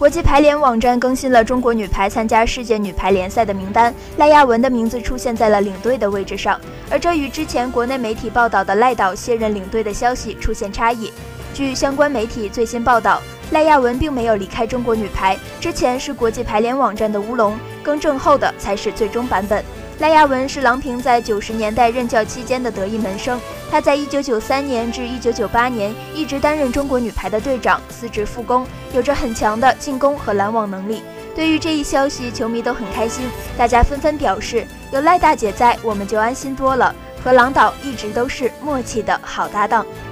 国际排联网站更新了中国女排参加世界女排联赛的名单，赖亚文的名字出现在了领队的位置上，而这与之前国内媒体报道的赖导卸任领队的消息出现差异。据相关媒体最新报道，赖亚文并没有离开中国女排，之前是国际排联网站的乌龙，更正后的才是最终版本。赖亚文是郎平在90年代任教期间的得意门生，他在1993年至1998年一直担任中国女排的队长，司职副攻，有着很强的进攻和拦网能力。对于这一消息，球迷都很开心，大家纷纷表示，有赖大姐在，我们就安心多了，和郎导一直都是默契的好搭档。